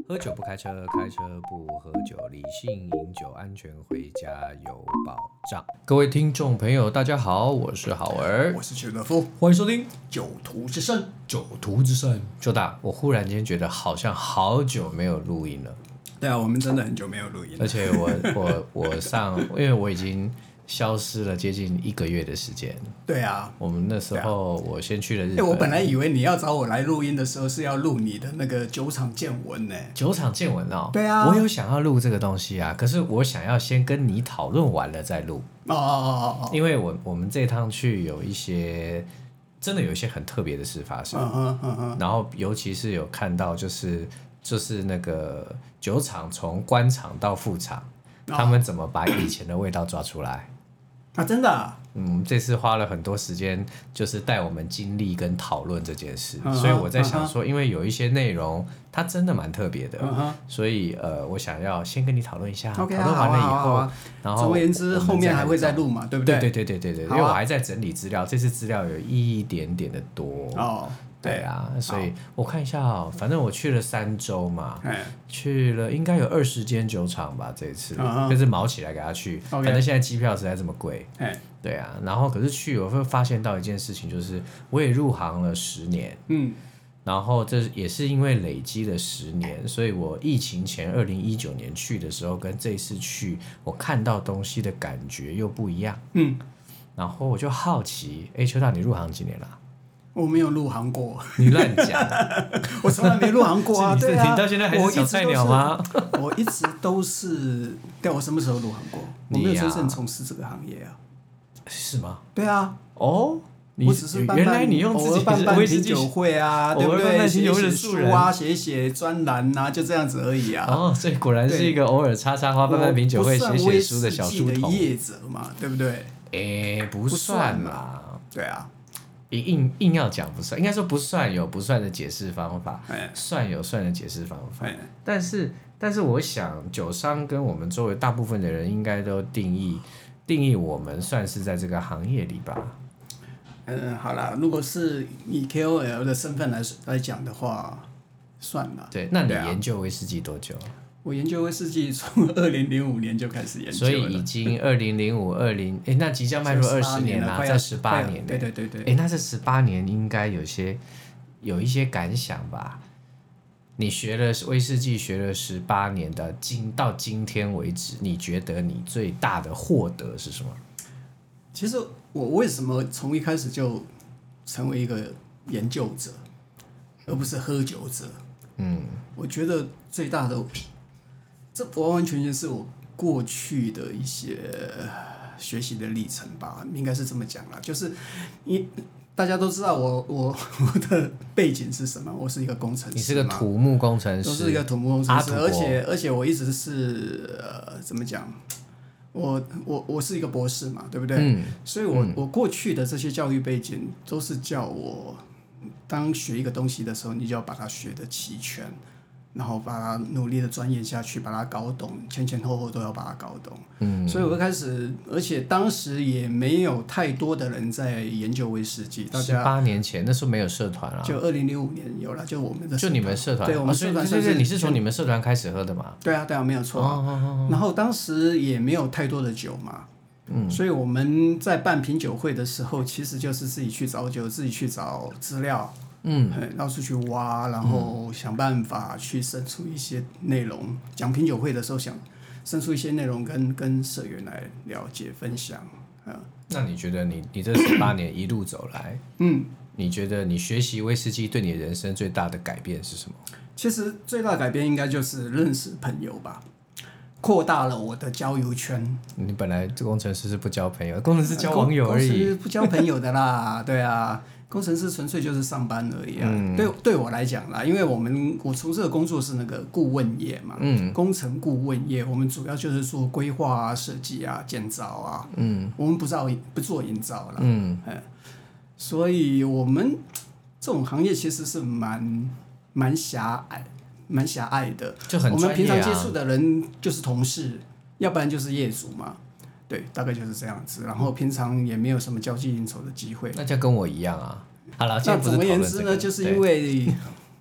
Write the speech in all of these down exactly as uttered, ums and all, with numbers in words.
喝酒不开车，开车不喝酒，理性饮酒，安全回家有保障。各位听众朋友，大家好，我是好儿， 我是邱德夫， 欢迎收听《 酒徒之声》。 酒徒之声。周大，我忽然间觉得好像好久没有录音了。 对啊，我们真的很久没有录音了。 而且我我我上，因为我已经消失了接近一个月的时间。 对啊， 我们那时候我先去了日本。 欸、我本来以为你要找我来录音的时候是要录你的那个酒场见闻呢。 酒场见闻哦。 对啊， 我有想要录这个东西啊，可是我想要先跟你讨论完了再录。 哦哦哦哦。 因为我我们这趟去有一些真的有一些很特别的事发生。 嗯哼嗯哼。 然后尤其是有看到就是就是那个酒厂从官场到副厂，哦、他们怎么把以前的味道抓出来。 啊，真的、啊， 嗯，这次花了很多时间，就是带我们经历跟讨论这件事， 嗯、 所以我在想说，因为有一些内容它真的蛮特别的， 嗯、 所以呃，我想要先跟你讨论一下， okay, 讨论完了以后， 好啊好啊、 然后总而言之，后面还会再录嘛，对不对？ 对对对对对对，因为我还在整理资料，这次资料有一点点的多哦。 对啊，所以我看一下哦，反正我去了三周嘛， 哎、 去了应该有二十间酒厂吧，这一次、 嗯、 就是毛起来给他去， okay. 反正现在机票实在这么贵， 哎、 对啊，然后可是去我会发现到一件事情，就是我也入行了十年， 嗯， 然后这也是因为累积了十年，所以我疫情前二零一九年去的时候，跟这次去我看到东西的感觉又不一样， 嗯， 然后我就好奇，哎，邱大你入行几年了、啊？ 我没有入行过， 你乱讲！ 我从来没入行过啊！ 你对啊， 你到现在还是小菜鸟吗？ 我一直都是，对，我什么时候入行过？我没有真正从事这个行业啊。 是吗？ 对啊。 哦， 我只是原来你用自己办办品酒会啊，对不对？写写书啊，写写专栏啊，就这样子而已啊。 哦，所以果然是一个偶尔插插花、办办品酒会、写写书的小书童。 业者嘛，对不对？ 哎，不算啦。 对啊。 硬硬要讲不算，应该说不算有不算的解释方法，算有算的解释方法。但是，但是我想，酒商跟我们周围大部分的人应该都定义定义我们算是在这个行业里吧。 嗯，好啦，如果是以 K O L 的身份来来讲的话，算了。 对，那你研究威士忌多久？ 我研究威士忌从二零零五年就开始研究了， 所以已经二零零五、二零，哎，那即将迈入二十年啦，在十八年， 对对对对， 哎，那这十八年应该有些有一些感想吧？你学了威士忌，学了十八年的今到今天为止，你觉得你最大的获得是什么？ 其实我为什么从一开始就成为一个研究者，而不是喝酒者？嗯，我觉得最大的。这完完全全是我过去的一些学习的历程吧，应该是这么讲啦。就是你大家都知道我我我的背景是什么？我是一个工程师嘛， 你是个土木工程师， 我是一个土木工程师，而且而且我一直是呃怎么讲？我我我是一个博士嘛，对不对？嗯、所以我、嗯、我过去的这些教育背景都是叫我当学一个东西的时候，你就要把它学得齐全。然后把它努力的钻研下去，把它搞懂，前前后后都要把它搞懂。嗯，所以我一开始，而且当时也没有太多的人在研究威士忌。大家十八年前那时候没有社团啊， 就二零零五年有了，就我们的就你们社团， 对我们社团， 对对对，你是从你们社团开始喝的嘛？ 对啊，对啊，没有错、啊。哦哦哦、然后当时也没有太多的酒嘛，嗯，所以我们在办品酒会的时候，其实就是自己去找酒，自己去找资料。嗯，到处去挖，然后想办法去生出一些内容。讲品酒会的时候，想生出一些内容跟跟社员来了解分享。嗯， 那你觉得你你这十八年一路走来，嗯，你觉得你学习威士忌对你人生最大的改变是什么？ 其实最大的改变应该就是认识朋友吧，扩大了我的交友圈。 你本来工程师是不交朋友，工程师交网友而已， 工程师不交朋友的啦，对啊。工程师纯粹就是上班而已啊，嗯、对对我来讲啦，因为我们我从事的工作是那个顾问业嘛，嗯、工程顾问业，我们主要就是做规划啊、设计啊、建造啊，嗯、我们不造不做营造啦，嗯、所以我们这种行业其实是蛮蛮狭隘、蛮狭隘的， 就很专业啊。 我们平常接触的人就是同事，要不然就是业主嘛。对，大概就是这样子。然后平常也没有什么交际应酬的机会。 那就跟我一样啊。好了， 那总而言之呢，就是因为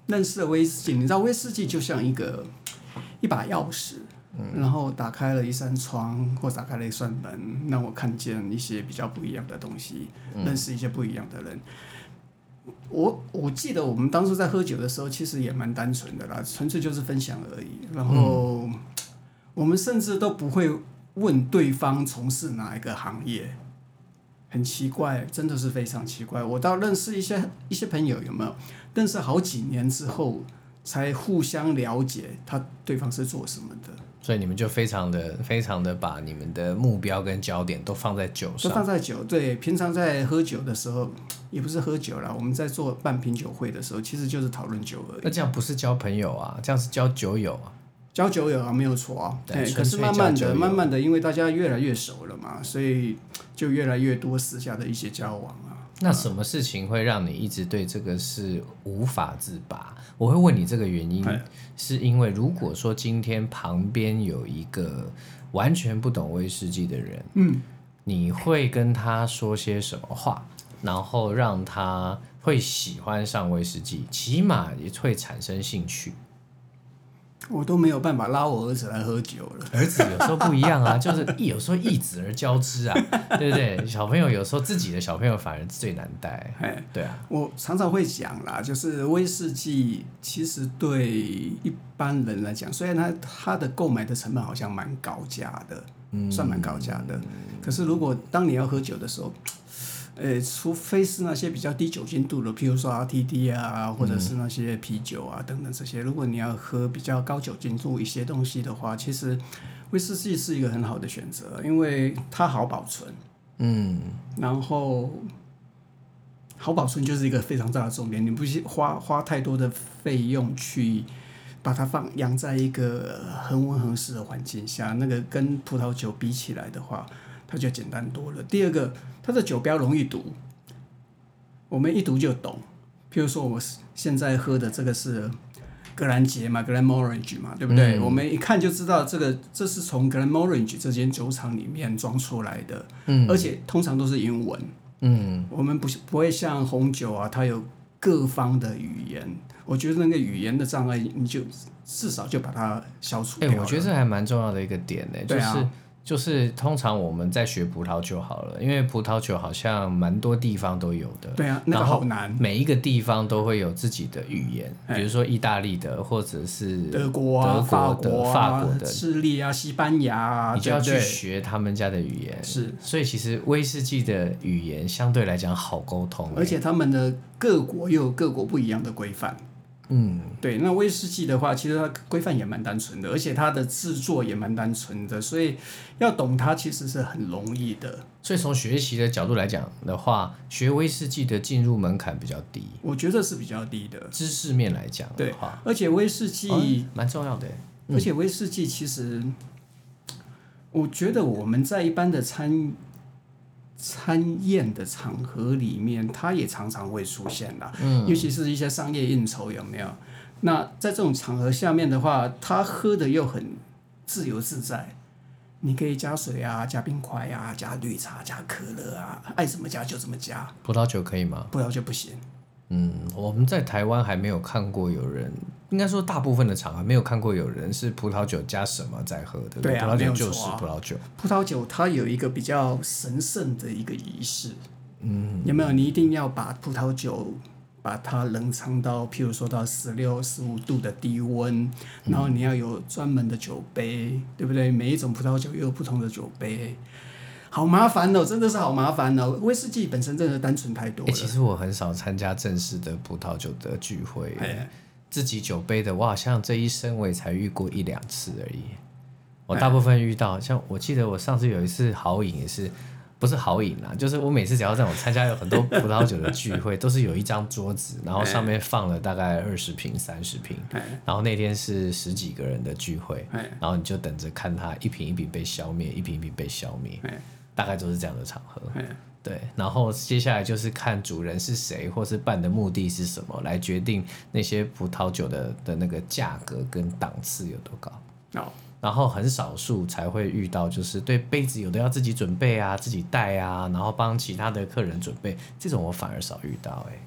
认识了威士忌，你知道威士忌就像一个一把钥匙，嗯、然后打开了一扇窗或打开了一扇门，让我看见一些比较不一样的东西，嗯、认识一些不一样的人。我我记得我们当时在喝酒的时候，其实也蛮单纯的啦，纯粹就是分享而已。然后、嗯、我们甚至都不会问对方从事哪一个行业，很奇怪，真的是非常奇怪。我到认识一些一些朋友，有没有认识好几年之后，才互相了解他对方是做什么的。 所以你们就非常的非常的把你们的目标跟焦点都放在酒上， 都放在酒。对，平常在喝酒的时候，也不是喝酒啦，我们在做办品酒会的时候，其实就是讨论酒而已。 那这样不是交朋友啊，这样是交酒友啊。 交酒友啊，没有错啊。对，可是慢慢的、慢慢的，因为大家越来越熟了嘛，所以就越来越多私下的一些交往啊。 那什么事情会让你一直对这个是无法自拔？我会问你这个原因，是因为如果说今天旁边有一个完全不懂威士忌的人，嗯，你会跟他说些什么话，然后让他会喜欢上威士忌，起码也会产生兴趣？ 我都没有办法拉我儿子来喝酒了。 儿子有时候不一样啊，就是有时候易子而交之啊，对不对？小朋友有时候自己的小朋友反而最难带。对啊， 我常常会讲啦，就是威士忌其实对一般人来讲，虽然它它的购买的成本好像蛮高价的，嗯、算蛮高价的，可是如果当你要喝酒的时候，呃，除非是那些比较低酒精度的，譬如说 R T D 啊，或者是那些啤酒啊等等这些，如果你要喝比较高酒精度一些东西的话，其实威士忌是一个很好的选择，因为它好保存，嗯，然后好保存就是一个非常大的重点，你不需花花太多的费用去把它放养在一个恒温恒湿的环境下，那个跟葡萄酒比起来的话，它就简单多了。第二个，它的酒标容易读，我们一读就懂。譬如说，我现在喝的这个是格兰杰嘛 ，Glenmorangie 嘛，对不对？嗯、我们一看就知道这个这是从 Glenmorangie 这间酒厂里面装出来的，嗯、而且通常都是英文。嗯，我们不不会像红酒啊，它有各方的语言。我觉得那个语言的障碍，你就至少就把它消除掉了。 哎、欸，我觉得这还蛮重要的一个点呢、欸，就是。就是通常我们在学葡萄酒好了，因为葡萄酒好像蛮多地方都有的。 对啊，那个好难。 每一个地方都会有自己的语言，比如说意大利的，或者是德国啊、 德国的、 法国、啊、 法国的、 智利啊、西班牙啊， 你就要去学他们家的语言。 是， 所以其实威士忌的语言相对来讲好沟通、欸， 而且他们的各国又有各国不一样的规范。嗯，对，那威士忌的话，其实它规范也蛮单纯的，而且它的制作也蛮单纯的，所以要懂它其实是很容易的。 所以从学习的角度来讲的话，学威士忌的进入门槛比较低， 我觉得是比较低的。 知识面来讲的话， 而且威士忌蛮、哦、重要的、 嗯，而且威士忌其实，我觉得我们在一般的餐。餐宴的场合里面，它也常常会出现啦，嗯，尤其是一些商业应酬，有没有？那在这种场合下面的话，他喝的又很自由自在，你可以加水啊，加冰块啊，加绿茶，加可乐啊，爱怎么加就怎么加。 葡萄酒可以吗？ 葡萄酒不行。 嗯，我们在台湾还没有看过有人，应该说大部分的场合没有看过有人是葡萄酒加什么在喝的。 对啊， 葡萄酒就是葡萄酒。 葡萄酒它有一个比较神圣的一个仪式，嗯，有没有？你一定要把葡萄酒把它冷藏到，譬如说到十六、十五度的低温，然后你要有专门的酒杯，对不对？每一种葡萄酒又有不同的酒杯。好麻烦哦，真的是好麻烦哦。威士忌本身真的单纯太多了。 欸、其实我很少参加正式的葡萄酒的聚会，自己酒杯的，我好像这一生我也才遇过一两次而已。我大部分遇到，像我记得我上次有一次好饮也是，不是好饮啦，就是我每次只要在我参加有很多葡萄酒的聚会，都是有一张桌子，然后上面放了大概二十瓶、三十瓶，然后那天是十几个人的聚会，然后你就等着看它一瓶一瓶被消灭，一瓶一瓶被消灭。大概都是这样的场合，对，然后接下来就是看主人是谁，或是办的目的是什么，来决定那些葡萄酒的的那个价格跟档次有多高。哦，然后很少数才会遇到，就是对杯子有的要自己准备啊，自己带啊，然后帮其他的客人准备，这种我反而少遇到、欸。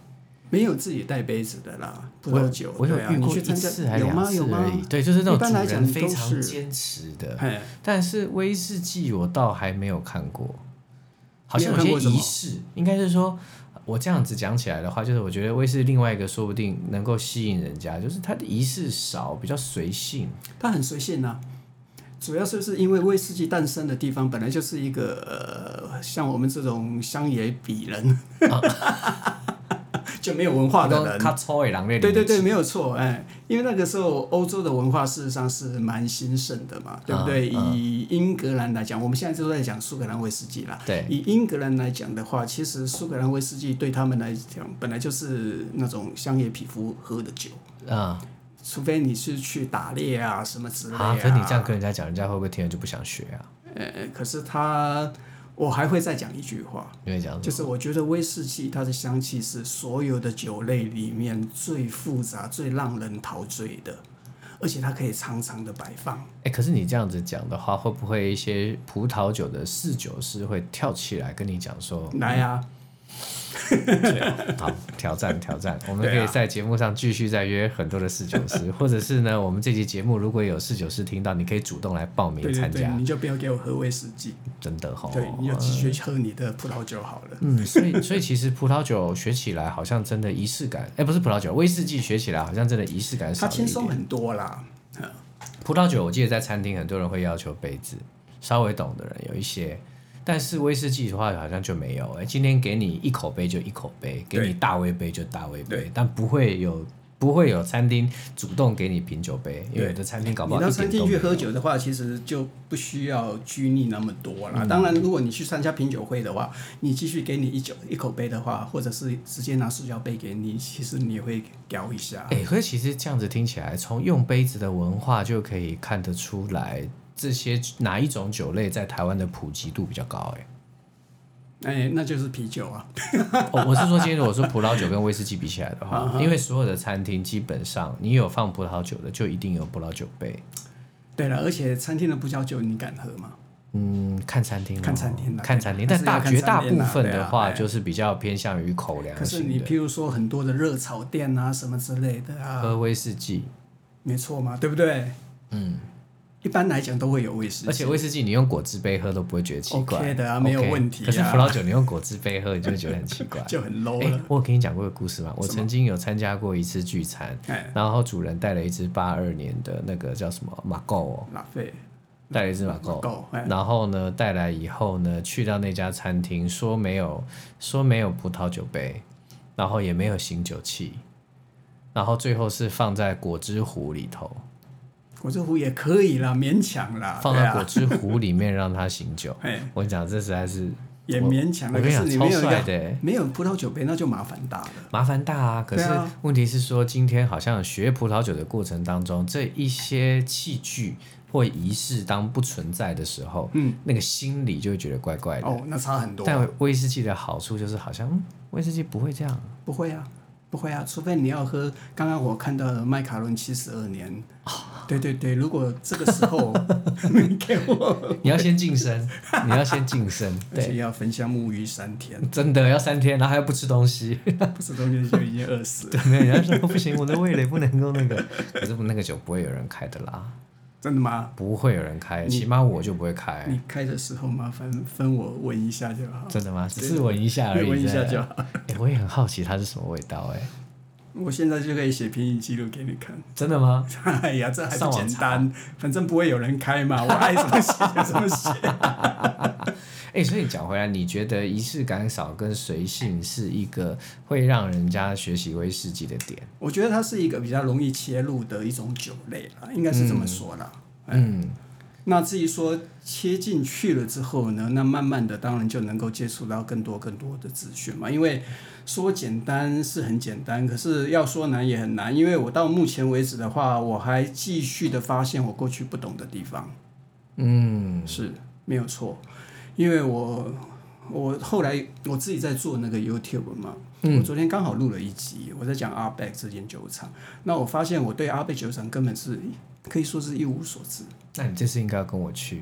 没有自己带杯子的啦，葡萄酒。 我有遇过一次还两次而已，对，就是那种主人非常坚持的。但是威士忌我倒还没有看过，好像有些仪式，应该是说，我这样子讲起来的话，就是我觉得威士另外一个说不定能够吸引人家，就是它的仪式少，比较随性。 它很随性啊。主要是是因为威士忌诞生的地方本来就是一个、呃、像我们这种乡野鄙人，啊、就没有文化的人，对对对，没有错，哎，因为那个时候欧洲的文化事实上是蛮兴盛的嘛，对不对？啊、以英格兰来讲，我们现在都在讲苏格兰威士忌啦。 对， 以英格兰来讲的话，其实苏格兰威士忌对他们来讲本来就是那种乡野匹夫喝的酒啊。除非你是去打猎啊什么之类的啊， 可是你这样跟人家讲，人家会不会听了就不想学啊？ 呃，可是他，我还会再讲一句话， 你会讲什么？ 就是我觉得威士忌它的香气是所有的酒类里面最复杂、最让人陶醉的，而且它可以长长的摆放。 哎，可是你这样子讲的话，会不会一些葡萄酒的侍酒师会跳起来跟你讲说， 来啊？ 对，好，挑战挑战，我们可以在节目上继续再约很多的侍酒师，或者是呢，我们这期节目如果有侍酒师听到，你可以主动来报名参加。 对对对，你就不要给我喝威士忌， 真的哈、哦。 对，你就继续喝你的葡萄酒好了。 嗯，所以所以其实葡萄酒学起来好像真的仪式感，哎，不是葡萄酒，威士忌学起来好像真的仪式感少了一点。 它轻松很多啦。 葡萄酒我记得在餐厅很多人会要求杯子，稍微懂的人有一些。但是威士忌的话好像就没有，哎，今天给你一口杯就一口杯，给你大威杯就大威杯，但不会有不会有餐厅主动给你品酒杯，因为有的餐厅搞不好一点都没有。 你到餐厅去喝酒的话，其实就不需要拘泥那么多啦。嗯、当然，如果你去参加品酒会的话，你继续给你一酒一口杯的话，或者是直接拿塑胶杯给你，其实你也会叼一下。 哎，可是其实这样子听起来，从用杯子的文化就可以看得出来。这些哪一种酒类在台湾的普及度比较高、欸？ 哎，哎，那就是啤酒啊。 哦，我是说，今天如果说葡萄酒跟威士忌比起来的话，因为所有的餐厅基本上你有放葡萄酒的，就一定有葡萄酒杯。 对了，而且餐厅的葡萄酒你敢喝吗？ 嗯，看餐厅， 看餐厅， 看餐厅，但大绝大部分的话，就是比较偏向于口粮型的。 可是你譬如说很多的热炒店啊，什么之类的啊， 喝威士忌， 没错嘛，对不对？嗯。一般来讲都会有威士忌， 而且威士忌你用果汁杯喝都不会觉得奇怪 ，OK 的啊，没有问题、啊。 可是葡萄酒你用果汁杯喝，你就会觉得很奇怪， 就很 low 了。 我有跟你讲过个故事吗？我曾经有参加过一次聚餐，然后主人带了一支八二年的那个叫什么马购哦， 拉菲， 带了一支马购，然后呢带来以后呢，去到那家餐厅说没有说没有葡萄酒杯，然后也没有醒酒器，然后最后是放在果汁壶里头。 果汁壶也可以啦，勉强啦， 放在果汁壶里面让它醒酒。我跟你讲，这实在是也勉强了。 我跟你讲，超帅的，没有葡萄酒杯那就麻烦大了。 麻烦大啊！可是问题是说，今天好像学葡萄酒的过程当中，这一些器具或仪式当不存在的时候，嗯，那个心里就会觉得怪怪的。 哦，那差很多。 但威士忌的好处就是，好像、嗯、威士忌不会这样， 不会啊。不会啊，除非你要喝。刚刚我看到的麦卡伦七十二年，哦、对对对，如果这个时候你给我， 你要先净身，你要先净身， 而且要焚香沐浴三天， 真的要三天，然后还要不吃东西， 不吃东西就已经饿死了。 对，人家说不行，我的味蕾不能够那个，可是那个酒不会有人开的啦。 真的吗？ 不会有人开，起码我就不会开。 你开的时候麻烦分我闻一下就好。 真的吗？只是闻一下而已。 闻一下就好。 欸、我也很好奇它是什么味道哎、欸。 我现在就可以写品饮记录给你看。 真的吗？ 哎呀，这还不简单，反正不会有人开嘛，我爱怎么写就怎么写。 哎、欸，所以讲回来，你觉得仪式感少跟随性是一个会让人家学习威士忌的点？ 我觉得它是一个比较容易切入的一种酒类啦，应该是这么说啦。嗯，嗯那至于说切进去了之后呢，那慢慢的当然就能够接触到更多更多的资讯嘛。因为说简单是很简单，可是要说难也很难。因为我到目前为止的话，我还继续的发现我过去不懂的地方。嗯，是没有错。因为我我后来我自己在做那个 YouTube 嘛，嗯、我昨天刚好录了一集，我在讲 Ardbeg 这间酒厂。那我发现我对 Ardbeg 酒厂根本是可以说是一无所知。 那你这次应该要跟我去。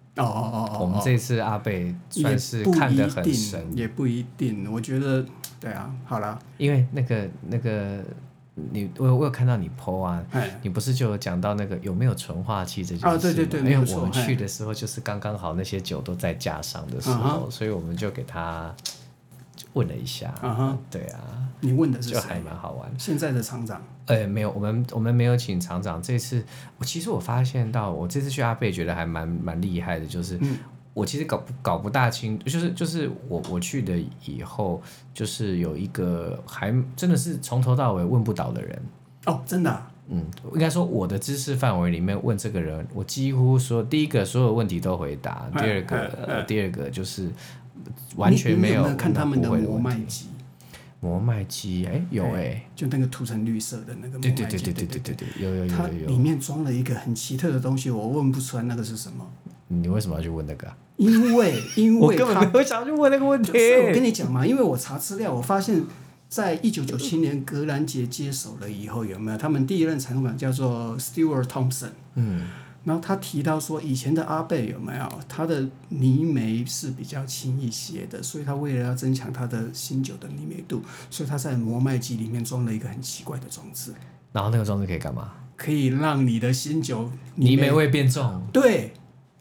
哦哦哦哦， 我们这次阿贝算是看得很深， 也不一定，我觉得对啊，好啦， 因为那个那个你我我有看到你 po 啊，你不是就有讲到那个有没有纯化器这件事吗？ 啊，对对对， 因为我们去的时候就是刚刚好那些酒都在架上的时候，所以我们就给他问了一下， 啊对啊， 你问的是谁？ 就还蛮好玩。 现在的厂长？ 呃，没有，我们我们没有请厂长。这次我其实我发现到，我这次去阿贝觉得还蛮蛮厉害的，就是、嗯、我其实搞不搞不大清，就是就是我我去的以后，就是有一个还真的是从头到尾问不倒的人。 哦，真的、啊？ 嗯，应该说我的知识范围里面问这个人，我几乎说第一个所有问题都回答，第二个、呃、第二个就是完全没有。 你有没有看他们的磨麦机？ 磨麦机，哎，有哎、欸， 就那个涂成绿色的那个磨麦机， 对对对对对对对对，有有有有有。 它里面装了一个很奇特的东西，我问不出来那个是什么。 你为什么要去问那个、啊？ 因为因为我根本没有想去问那个问题。 我跟你讲嘛，因为我查资料，我发现，在一九九七年格兰杰接手了以后，有没有他们第一任厂长叫做 Stewart Thompson， 嗯。然后他提到说，以前的阿贝有没有他的泥煤是比较轻一些的，所以他为了要增强他的新酒的泥煤度，所以他在磨麦机里面装了一个很奇怪的装置。 然后那个装置可以干嘛？ 可以让你的新酒泥煤味变重。 对，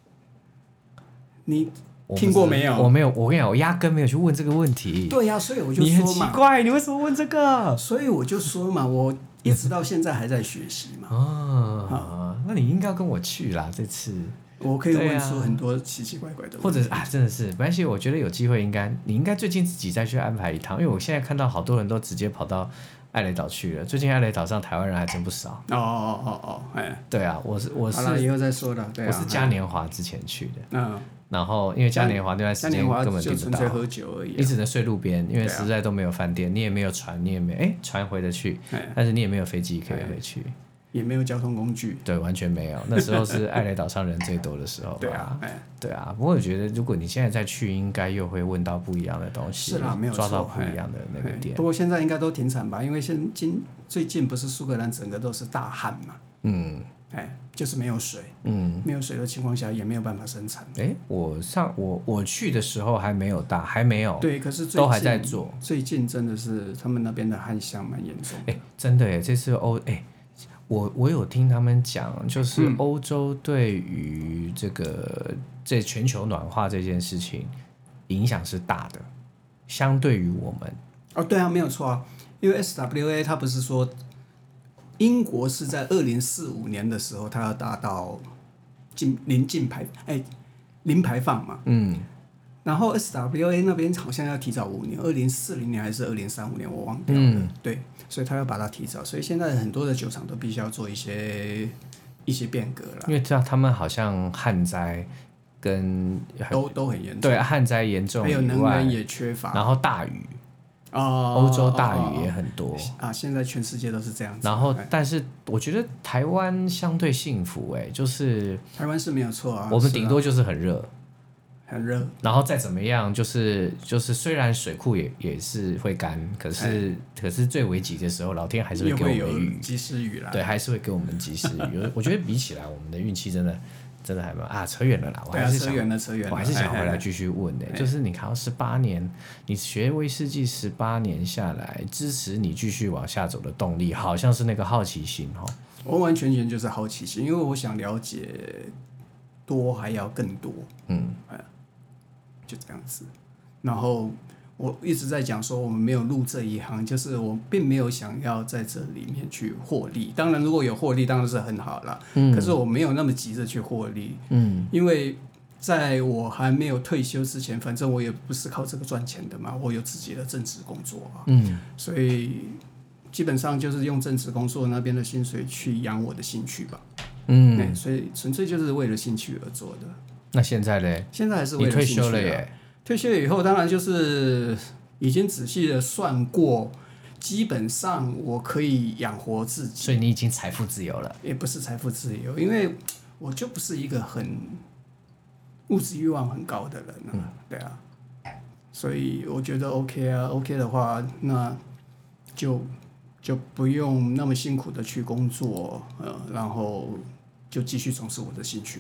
你听过没有？ 我没有，我跟你讲，我压根没有去问这个问题。 对呀、啊，所以我就说嘛， 你很奇怪，你为什么问这个？ 所以我就说嘛，我一直到现在还在学习嘛。 哦、啊，那你应该要跟我去啦，这次。 我可以问出很多奇奇怪怪的问题， 或者是啊，真的是没关系。我觉得有机会应该，你应该最近自己再去安排一趟，因为我现在看到好多人都直接跑到艾雷岛去了。最近艾雷岛上台湾人还真不少。 哦哦哦哦，哎， 对啊，我是我是， 好了，以后再说了。对啊， 我是嘉年华之前去的。 嗯。 然后，因为嘉年华那段时间根本订不到， 喝酒而已、啊， 你只能睡路边，因为实在都没有饭店，你也没有船，你也没哎船回得去，但是你也没有飞机可以回去， 也没有交通工具， 对，完全没有。那时候是艾雷岛上人最多的时候， 对啊， 对啊。不过我觉得，如果你现在再去，应该又会问到不一样的东西， 是啦，没有抓到不一样的那个点。 不过现在应该都停产吧，因为现今最近不是苏格兰整个都是大旱嘛，嗯。哎，就是没有水，嗯，没有水的情况下也没有办法生产。 哎，我上我我去的时候还没有大，还没有， 对，可是最近都还在做。 最近真的是他们那边的旱象蛮严重的。 哎，真的哎，这次欧哎，我我有听他们讲，就是欧洲对于这个这全球暖化这件事情影响是大的，相对于我们。 哦，对啊，没有错啊，因为 S W A 它不是说。英国是在二零四五年的时候，它要达到净零净排哎零排放嘛，嗯，然后 S W A 那边好像要提早五年，二零四零年还是二零三五年，我忘掉了，嗯，对，所以他要把它提早，所以现在很多的酒厂都必须要做一些一些变革了， 因为这样他们好像旱灾跟都都很严重， 对，旱灾严重， 还有能源也缺乏， 然后大雨。 哦， 欧洲大雨也很多啊，现在全世界都是这样子。 然后，但是我觉得台湾相对幸福哎、欸，就是台湾是没有错啊， 我们顶多就是很热， 很热， 然后再怎么样，就是就是虽然水库也也是会干，可是可是最危急的时候，老天还是会给我们雨， 及时雨啦， 对，还是会给我们及时雨。我觉得比起来，我们的运气真的。真的还蛮啊，扯远了啦！我还是想，我还是想回来继续问的、欸，就是你看到十八年，你学威士忌十八年下来，支持你继续往下走的动力，好像是那个好奇心哈。 完完全全就是好奇心，因为我想了解多还要更多，嗯，就这样子。然后我一直在讲说，我们没有入这一行，就是我并没有想要在这里面去获利。当然，如果有获利，当然是很好啦。嗯，可是我没有那么急着去获利。嗯，因为在我还没有退休之前，反正我也不是靠这个赚钱的嘛，我有自己的正职工作啊。嗯，所以基本上就是用正职工作那边的薪水去养我的兴趣吧。嗯，所以纯粹就是为了兴趣而做的。 那现在嘞？ 现在还是为了兴趣、啊。 你退休了耶？ 退休以后，当然就是已经仔细的算过，基本上我可以养活自己。 所以你已经财富自由了？ 也不是财富自由，因为我就不是一个很物质欲望很高的人啊，嗯、对啊，所以我觉得 OK 啊 ，OK 的话，那就就不用那么辛苦的去工作，呃，然后就继续从事我的兴趣吧。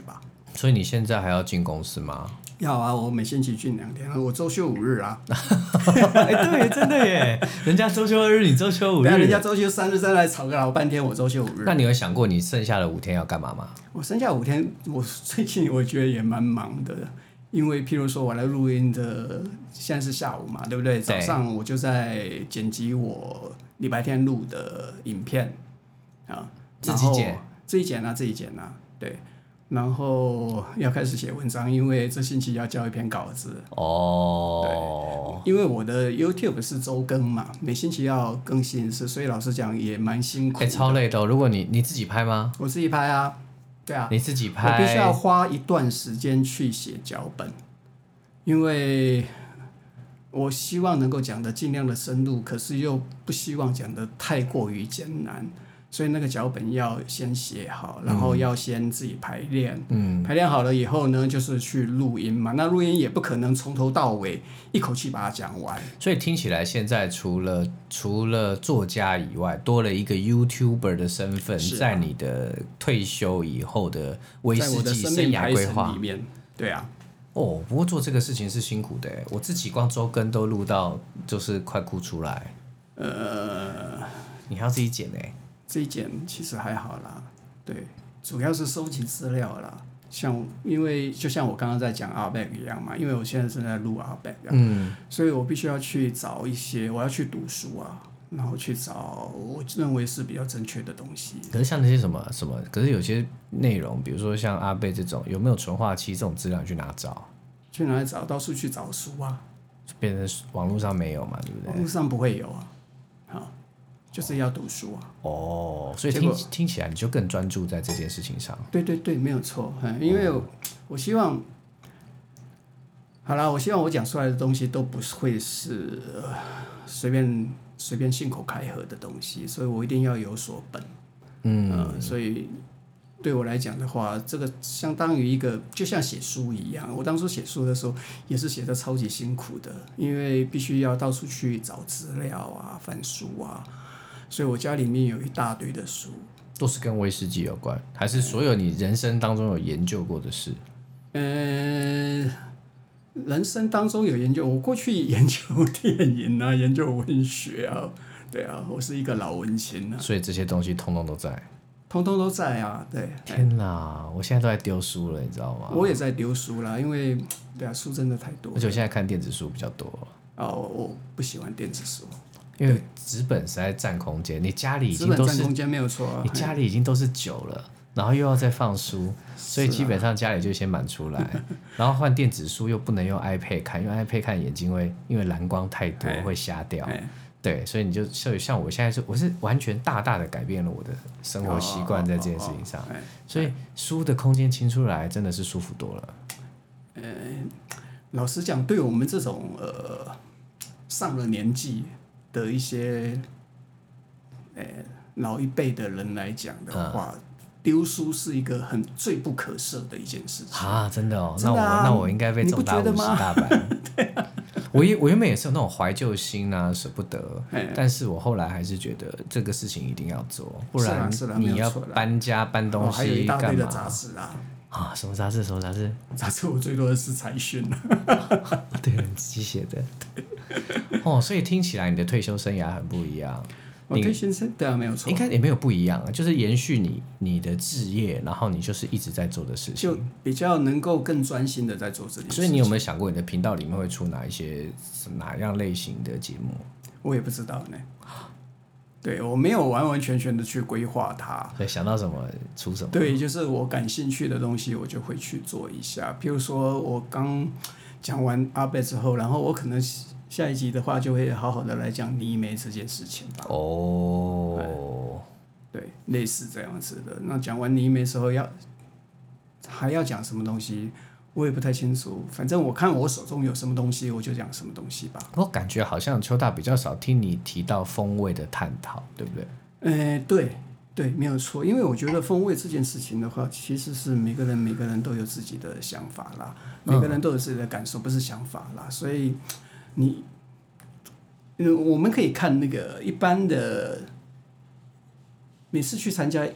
所以你现在还要进公司吗？ 要啊，我每星期进两天，我周休五日啊。 哎、欸，对，真的耶，人家周休二日，你周休五日， 对啊，人家周休三日，再来吵个老半天，我周休五日。 那你有想过你剩下的五天要干嘛吗？ 我剩下五天，我最近我觉得也蛮忙的，因为譬如说我来录音的，现在是下午嘛，对不对？早上我就在剪辑我礼拜天录的影片啊， 自己剪， 自己剪啊，自己剪啊，对。然后要开始写文章，因为这星期要交一篇稿子。 哦， 对，因为我的 YouTube 是周更嘛，每星期要更新一次，所以老实讲也蛮辛苦的。 哎、欸，超累的、哦。如果你你自己拍吗？ 我自己拍啊，对啊， 你自己拍， 我必须要花一段时间去写脚本，因为我希望能够讲的尽量的深入，可是又不希望讲的太过于艰难。所以那个脚本要先写好，然后要先自己排练，嗯，排练好了以后呢，就是去录音嘛。那录音也不可能从头到尾一口气把它讲完。 所以听起来现在除了除了作家以外，多了一个 YouTuber 的身份，啊、在你的退休以后的威士忌生涯规划里面， 对啊。 哦，不过做这个事情是辛苦的，我自己光周更都录到就是快哭出来。呃，你还要自己剪哎。 这一件其实还好啦，对，主要是收集资料啦。像因为就像我刚刚在讲 R B A C 一样嘛，因为我现在正在录 R B A C， 嗯，所以我必须要去找一些，我要去读书啊，然后去找我认为是比较正确的东西。 可是像那些什么什么，可是有些内容，比如说像 R B A C 这种，有没有纯化器这种资料去哪找？ 去哪里找？到处去找书啊。 变成网络上没有嘛，对不对？ 网络上不会有啊，好。就是要读书啊！ 哦，所以听听起来你就更专注在这件事情上。 对对对，没有错。因为我，我希望，好啦，我希望我讲出来的东西都不会是随便随便信口开河的东西，所以我一定要有所本。嗯、呃，所以对我来讲的话，这个相当于一个就像写书一样。我当初写书的时候也是写得超级辛苦的，因为必须要到处去找资料啊、翻书啊。所以我家里面有一大堆的书， 都是跟威士忌有关，还是所有你人生当中有研究过的事？ 呃，人生当中有研究，我过去研究电影啊，研究文学啊，对啊，我是一个老文青啊。 所以这些东西通通都在， 通通都在啊，对。 天哪，我现在都在丢书了，你知道吗？ 我也在丢书啦，因为对啊，书真的太多了， 而且我现在看电子书比较多。 哦，我不喜欢电子书。 因为纸本实在占空间，你家里已经都是占空间没有错啊， 你家里已经都是酒了，然后又要再放书，所以基本上家里就先满出来，然后换电子书又不能用 iPad 看，因为 iPad 看眼睛会因为蓝光太多会瞎掉，对，所以你就像我现在是我是完全大大的改变了我的生活习惯在这件事情上，所以书的空间清出来真的是舒服多了。 呃，老实讲，对我们这种呃上了年纪的一些，呃，老一辈的人来讲的话，嗯、丢书是一个很罪不可赦的一件事情啊！真的哦， 真的啊、 那我那我应该被重打五十大板。对啊，我我原本也是有那种怀旧心啊，舍不得，但是我后来还是觉得这个事情一定要做，不然你要搬家搬东西干嘛？ 还有一大堆的杂志啊。 啊，什么杂志？什么杂志？ 杂志我最多的是财讯对，你自己写的。哦，所以听起来你的退休生涯很不一样。 我退休生对啊，没有错。 应该也没有不一样啊，就是延续你你的志业，然后你就是一直在做的事情， 就比较能够更专心的在做这件事情。 所以你有没有想过，你的频道里面会出哪一些哪样类型的节目？ 我也不知道呢。对，我没有完完全全的去规划它， 所以想到什么出什么。 对，就是我感兴趣的东西，我就会去做一下。譬如说，我刚讲完阿贝之后，然后我可能下一集的话，就会好好的来讲泥煤这件事情吧。 哦， 对，类似这样子的。那讲完泥煤之后要，还要讲什么东西？我也不太清楚，反正我看我手中有什么东西，我就讲什么东西吧。 我感觉好像邱大比较少听你提到风味的探讨，对不对？ 呃，对对，没有错。因为我觉得风味这件事情的话，其实是每个人每个人都有自己的想法啦，每个人都有自己的感受，不是想法啦。所以你，呃，我们可以看那个一般的，每次去参加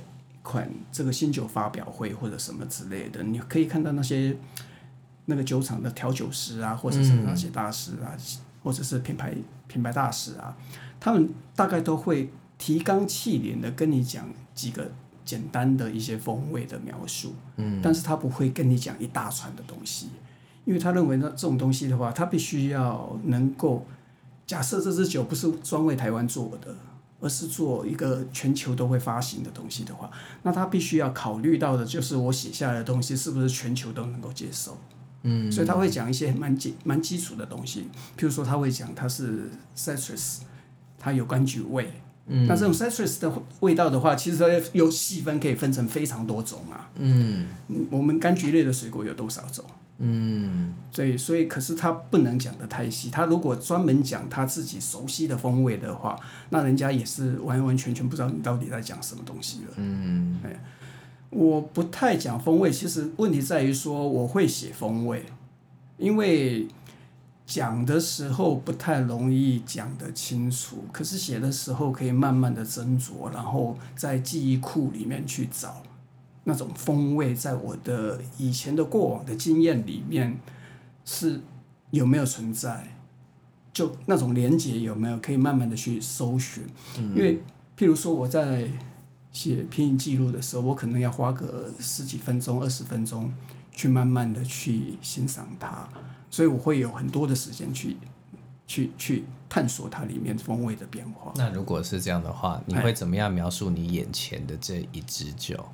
款这个新酒发表会或者什么之类的，你可以看到那些那个酒厂的调酒师啊，或者是那些大师啊，嗯、或者是品牌品牌大使啊，他们大概都会提纲挈领的跟你讲几个简单的一些风味的描述，嗯，但是他不会跟你讲一大串的东西，因为他认为呢，这种东西的话，他必须要能够假设这支酒不是专为台湾做的，而是做一个全球都会发行的东西的话，那他必须要考虑到的就是我写下来的东西是不是全球都能够接受。嗯，所以他会讲一些蛮基蛮基础的东西，譬如说他会讲它是 citrus， 它有柑橘味。嗯，那这种 citrus 的味道的话，其实它有细分，可以分成非常多种啊。嗯，我们柑橘类的水果有多少种？嗯，所以所以可是他不能讲得太细，他如果专门讲他自己熟悉的风味的话，那人家也是完完全全不知道你到底在讲什么东西了。嗯，哎，我不太讲风味，其实问题在于说我会写风味，因为讲的时候不太容易讲得清楚，可是写的时候可以慢慢的斟酌，然后在记忆库里面去找那种风味，在我的以前的过往的经验里面是有没有存在，就那种连结有没有可以慢慢的去搜寻。嗯、因为譬如说我在写品饮记录的时候，我可能要花个十几分钟、二十分钟去慢慢的去欣赏它。所以我会有很多的时间去去去探索它里面风味的变化。 那如果是这样的话，你会怎么样描述你眼前的这一支酒？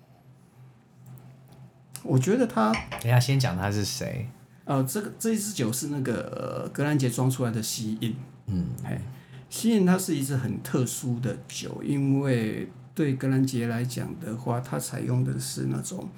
我觉得它， 等一下先讲它是谁。 呃，这个这一支酒是那个、呃、格兰杰装出来的西印。嗯，哎，西印它是一支很特殊的酒，因为对格兰杰来讲的话，它采用的是那种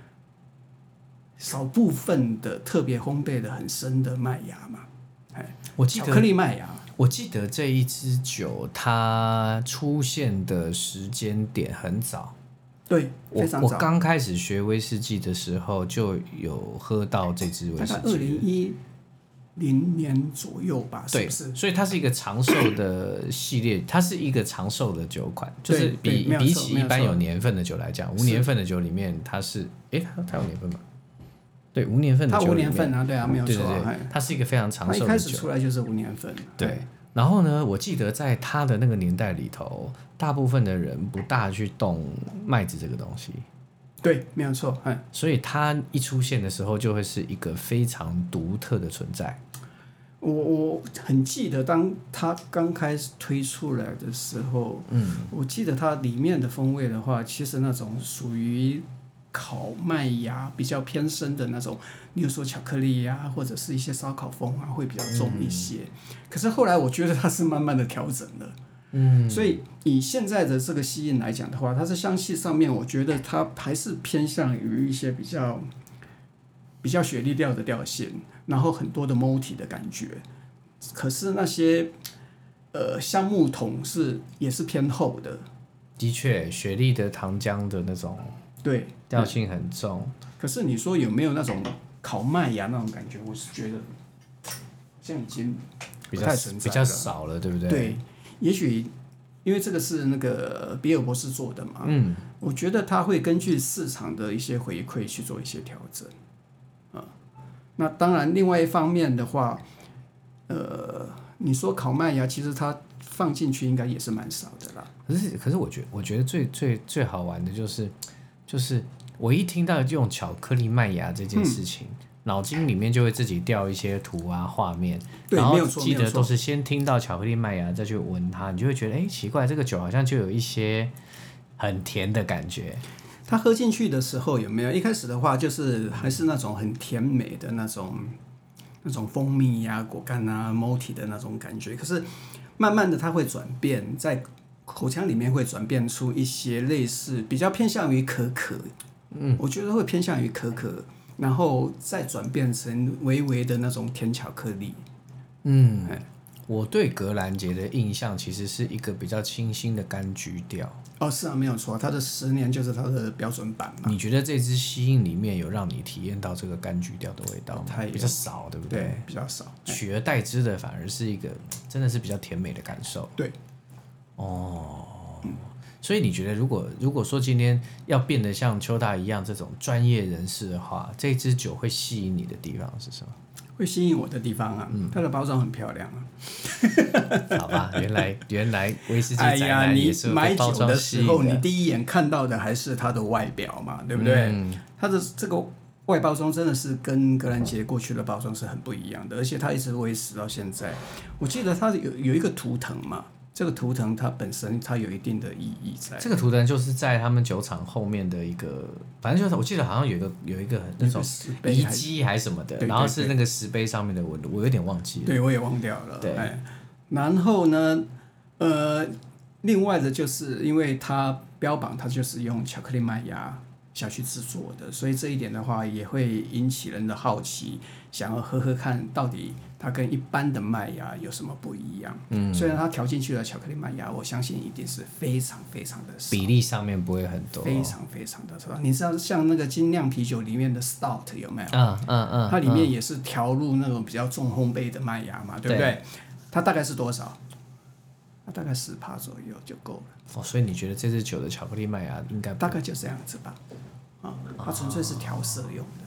少部分的特别烘焙的很深的麦芽嘛，哎， 我记得巧克力麦芽。 我记得这一支酒它出现的时间点很早， 对，非常早。 我我刚开始学威士忌的时候就有喝到这支威士忌， 大概二零一零年左右吧，是不是？ 所以它是一个长寿的系列，它是一个长寿的酒款，就是比比起一般有年份的酒来讲，无年份的酒里面它是，哎，它它有年份吗？对，无年份的酒里面， 它无年份啊，对啊，没有错、啊， 对对对，它是一个非常长寿的酒。 它一开始出来就是无年份。 对，然后呢，我记得在它的那个年代里头，大部分的人不大去动麦子这个东西。 对，没有错， 所以它一出现的时候，就会是一个非常独特的存在。 我我很记得，当它刚开始推出来的时候，嗯，我记得它里面的风味的话，其实那种属于烤麦芽比较偏深的那种，比如说巧克力呀、啊，或者是一些烧烤风啊，会比较重一些。嗯、可是后来我觉得它是慢慢的调整了，嗯，所以以现在的这个吸引来讲的话，它在香气上面，我觉得它还是偏向于一些比较比较雪莉调的调性，然后很多的 malty 的感觉。可是那些呃橡木桶是也是偏厚的， 的确，雪莉的糖浆的那种。 对， 调性很重。 可是你说有没有那种烤麦芽那种感觉？我是觉得现在已经不太存在了， 比较少了，对不对？ 对，也许因为这个是那个比尔博士做的嘛，嗯，我觉得他会根据市场的一些回馈去做一些调整。啊，那当然，另外一方面的话，呃，你说烤麦芽，其实它放进去应该也是蛮少的啦。 可是，可是我觉得，我觉得最最最好玩的就是。就是我一听到用巧克力麦芽这件事情，脑、嗯、筋里面就会自己调一些图啊画面，然后记得都是先听到巧克力麦芽再去闻它，你就会觉得哎奇怪，这个酒好像就有一些很甜的感觉。 它喝进去的时候有没有？一开始的话就是还是那种很甜美的那种那种蜂蜜呀、啊、果干啊、malty 的那种感觉，可是慢慢的它会转变在。口腔里面会转变出一些类似比较偏向于可可，嗯，我觉得会偏向于可可，然后再转变成微微的那种甜巧克力。 嗯，我对格兰杰的印象其实是一个比较清新的柑橘调。 哦，是啊，没有错，它的十年就是它的标准版嘛。 你觉得这支吸引里面有让你体验到这个柑橘调的味道吗？比较少，对不对？ 对，比较少。 取而代之的反而是一个真的是比较甜美的感受。 对。 哦， 所以你觉得如果如果说今天要变得像邱大一样这种专业人士的话，这支酒会吸引你的地方是什么？ 会吸引我的地方啊，嗯、它的包装很漂亮啊。 好吧，原来原来威士忌宅男也是被包装吸引的。 哎呀，你买酒的时候，你第一眼看到的还是它的外表嘛，对不对？嗯、它的这个外包装真的是跟格兰杰过去的包装是很不一样的，而且它一直维持到现在。我记得它有有一个图腾嘛。这个图腾它本身它有一定的意义在。 这个图腾就是在他们酒厂后面的一个，反正就是我记得好像有一个有一个那种遗迹还是什么的，然后是那个石碑上面的纹路，我有点忘记了。 对，我也忘掉了。 对， 哎，然后呢，呃，另外的就是因为它标榜它就是用巧克力麦芽下去制作的，所以这一点的话也会引起人的好奇，想要喝喝看到底它跟一般的麦芽有什么不一样。嗯，虽然它调进去的巧克力麦芽，我相信一定是非常非常的少， 比例上面不会很多， 非常非常的少。你知道像那个精酿啤酒里面的 Stout 有没有？ 嗯嗯嗯， 它里面也是调入那种比较重烘焙的麦芽嘛，对不对？对，它大概是多少？它大概十趴左右就够了。 哦，所以你觉得这支酒的巧克力麦芽应该大概就这样子吧？啊，它纯粹是调色用的。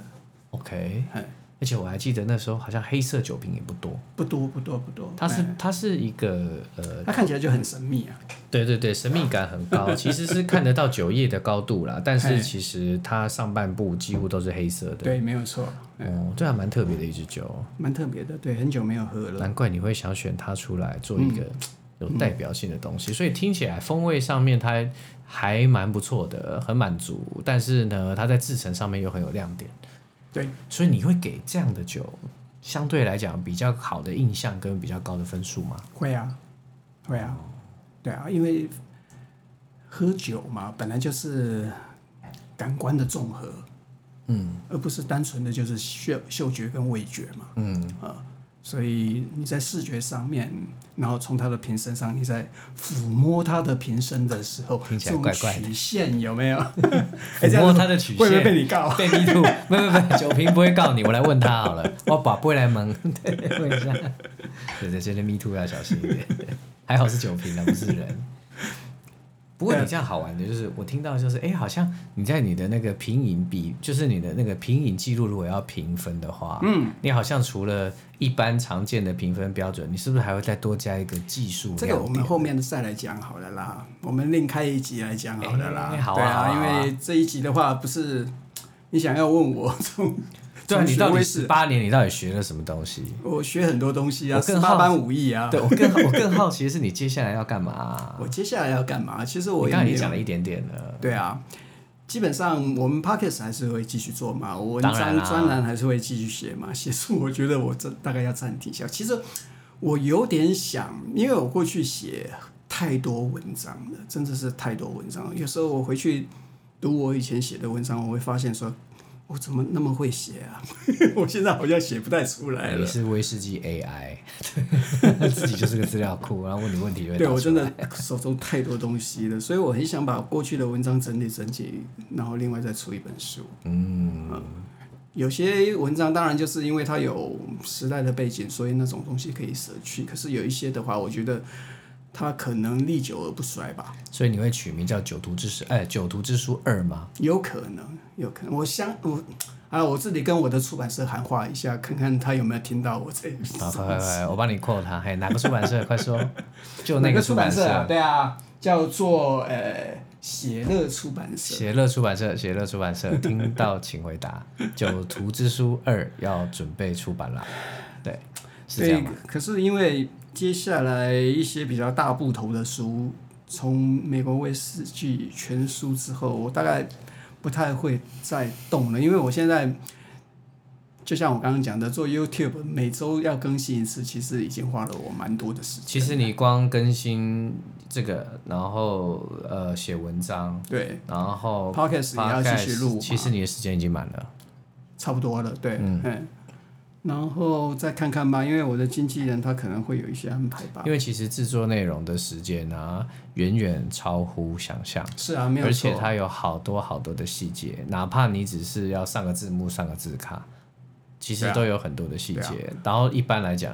OK， 而且我还记得那时候好像黑色酒瓶也不多， 不多不多不多。 它是它是一个呃， 它看起来就很神秘啊。 对对对，神秘感很高，其实是看得到酒叶的高度啦，但是其实它上半部几乎都是黑色的。 对，没有错。 哦，这还蛮特别的一支酒， 蛮特别的，对，很久没有喝了。 难怪你会想选它出来做一个有代表性的东西，嗯、所以听起来风味上面它还蛮不错的，很满足，但是呢，它在制成上面又很有亮点。 对， 所以你会给这样的酒相对来讲比较好的印象跟比较高的分数吗？ 会啊，会啊，对啊，因为喝酒嘛，本来就是感官的综合，嗯，而不是单纯的就是嗅嗅觉跟味觉嘛，嗯啊、呃，所以你在视觉上面，然后从它的瓶身上，你在抚摸它的瓶身的时候， 听起来怪怪的， 曲线有没有？ 抚摸它的曲线会不会被你告？ 被 me too？ 没有没有，酒瓶不会告你，我来问他好了，我把不会来蒙，对，问一下。对对，这些 me too 要小心一点，还好是酒瓶啊，不是人。不过你这样好玩的就是，我听到就是，哎，好像你在你的那个品饮比，就是你的那个品饮记录，如果要评分的话，嗯，你好像除了一般常见的评分标准，你是不是还会再多加一个技术？ 这个我们后面再来讲好了啦，我们另开一集来讲好了啦。 好啊， 对啊， 好啊， 因为这一集的话，不是你想要问我从。 对啊，你到底十八年，你到底学了什么东西？ 我学很多东西啊， 十八般武艺啊。 对，我更我更好奇的是你接下来要干嘛、啊？ 我接下来要干嘛？其实我刚才也讲了一点点了。 对啊，基本上我们 podcast 还是会继续做嘛，我文章专栏还是会继续写嘛。写书我觉得我这大概要暂停一下。其实我有点想，因为我过去写太多文章了，真的是太多文章了。有时候我回去读我以前写的文章，我会发现说。我怎么那么会写啊？我现在好像写不太出来了。 你是威士忌 A I， 自己就是个资料库，然后问你问题就会。 对，我真的手中太多东西了，所以我很想把过去的文章整理整理，然后另外再出一本书。嗯，嗯有些文章当然就是因为它有时代的背景，所以那种东西可以舍去。可是有一些的话，我觉得它可能历久而不衰吧。 所以你会取名叫《酒徒之书》哎，《酒徒之书二》吗？ 有可能。有可能，我想我啊，我这里跟我的出版社喊话一下，看看他有没有听到我这。 好，快快快，我帮你 quote 他，嘿，哪个出版社？快说，就那个出版社、啊，对啊，叫做呃写乐出版社。 写乐出版社，写乐出版社，听到请回答。《酒徒之书二》要准备出版了，对，是这样吗？ 可是因为接下来一些比较大部头的书，从美国威士忌全书之后，我大概。不太会再动了，因为我现在就像我刚刚讲的，做 YouTube 每周要更新一次，其实已经花了我蛮多的时间。 其实你光更新这个，然后呃写文章， 对， 然后 Podcast 也要继续录， 其实你的时间已经满了， 差不多了，对，嗯。嗯然后再看看吧，因为我的经纪人他可能会有一些安排吧。 因为其实制作内容的时间啊，远远超乎想象。 是啊，没有错。 而且它有好多好多的细节，哪怕你只是要上个字幕、上个字卡，其实都有很多的细节。啊啊、然后一般来讲，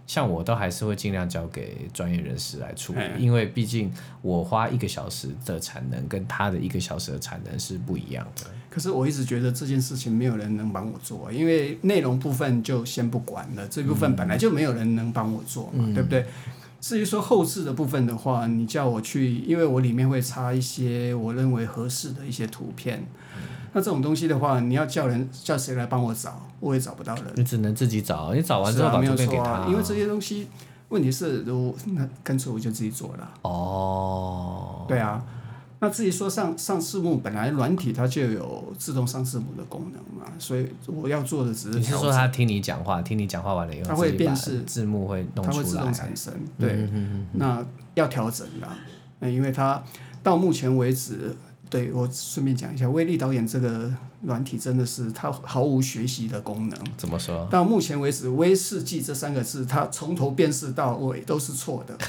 像我都还是会尽量交给专业人士来处理，因为毕竟我花一个小时的产能跟他的一个小时的产能是不一样的。 可是我一直觉得这件事情没有人能帮我做，因为内容部分就先不管了，这部分本来就没有人能帮我做嘛，嗯、对不对？至于说后置的部分的话，你叫我去，因为我里面会插一些我认为合适的一些图片，嗯、那这种东西的话，你要叫人叫谁来帮我找，我也找不到人。 你只能自己找，你找完之后把图片给他、 啊啊。因为这些东西，问题是我那干脆我就自己做了。 哦， 对啊。那至于说上上字幕，本来软体它就有自动上字幕的功能嘛，所以我要做的只是调整。 你是说它听你讲话，听你讲话完了以后， 它会辨识字幕会弄出来， 它会自动产生。对， 嗯哼哼哼， 那要调整啦，因为它到目前为止，对我顺便讲一下，威力导演这个软体真的是它毫无学习的功能。 怎么说？ 到目前为止，威士忌这三个字，它从头辨识到尾都是错的。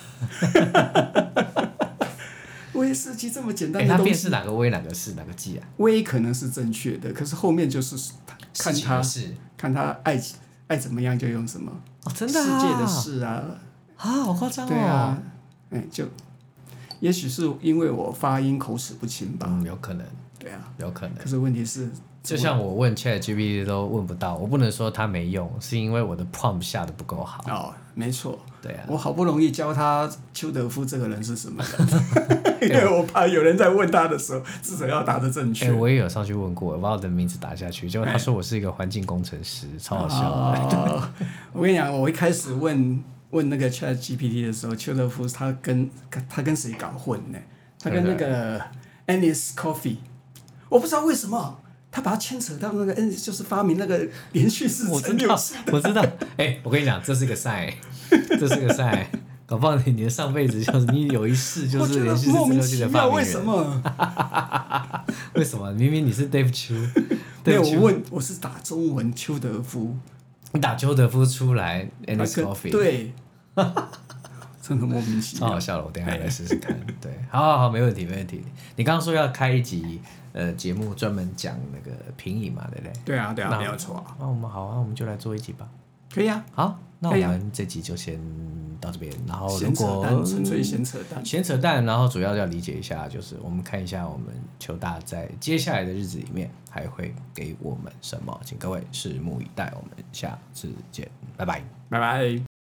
威士忌这么简单的东西， 它辨识哪个威哪个士哪个忌啊？ 威可能是正确的，可是后面就是看他看他爱爱怎么样就用什么。 哦，真的啊？ 世界的事啊， 啊，好夸张哦！ 对啊，哎，就也许是因为我发音口齿不清吧， 嗯，有可能。 对啊， 有可能。 可是问题是， 就像我问 ChatGPT 都问不到，我不能说它没用，是因为我的 prompt 下的不够好。 哦，没错。 对啊， 我好不容易教他邱德夫这个人是什么人，因为我怕有人在问他的时候，至少要答得正确。 欸、我也有上去问过，我把我的名字打下去，结果他说我是一个环境工程师，欸、超好笑的。 哦、我跟你讲，我一开始问问那个 ChatGPT 的时候，邱德夫他跟他跟谁搞混呢？他跟那个 Ennis Coffee， 我不知道为什么。他把它牵扯到那个，嗯，就是发明那个连续式蒸馏室。 我知道，哎、欸，我跟你讲，这是个 sign， 这是个 sign， 搞不好你的上辈子就是你有一世就是连续式蒸馏器的发明人。 为什么？ 为什么？明明你是 Dave Chu， 没有，我问我是打中文邱德夫， 你打邱德夫出来 ，Ennis Coffee， 对。真的莫名其妙， 超好笑了！我等一下来试试看。对，好好好，没问题，没问题。你刚刚说要开一集呃节目专门讲那个评影嘛，对不对？ 对啊，对啊，没有错。 那我们好啊，我们就来做一集吧。 可以啊。 好，那我们这集就先到这边。然后如果纯粹闲扯淡， 闲扯淡，然后主要要理解一下，就是我们看一下我们邱大在接下来的日子里面还会给我们什么，请各位拭目以待。我们下次见，拜拜， 拜拜。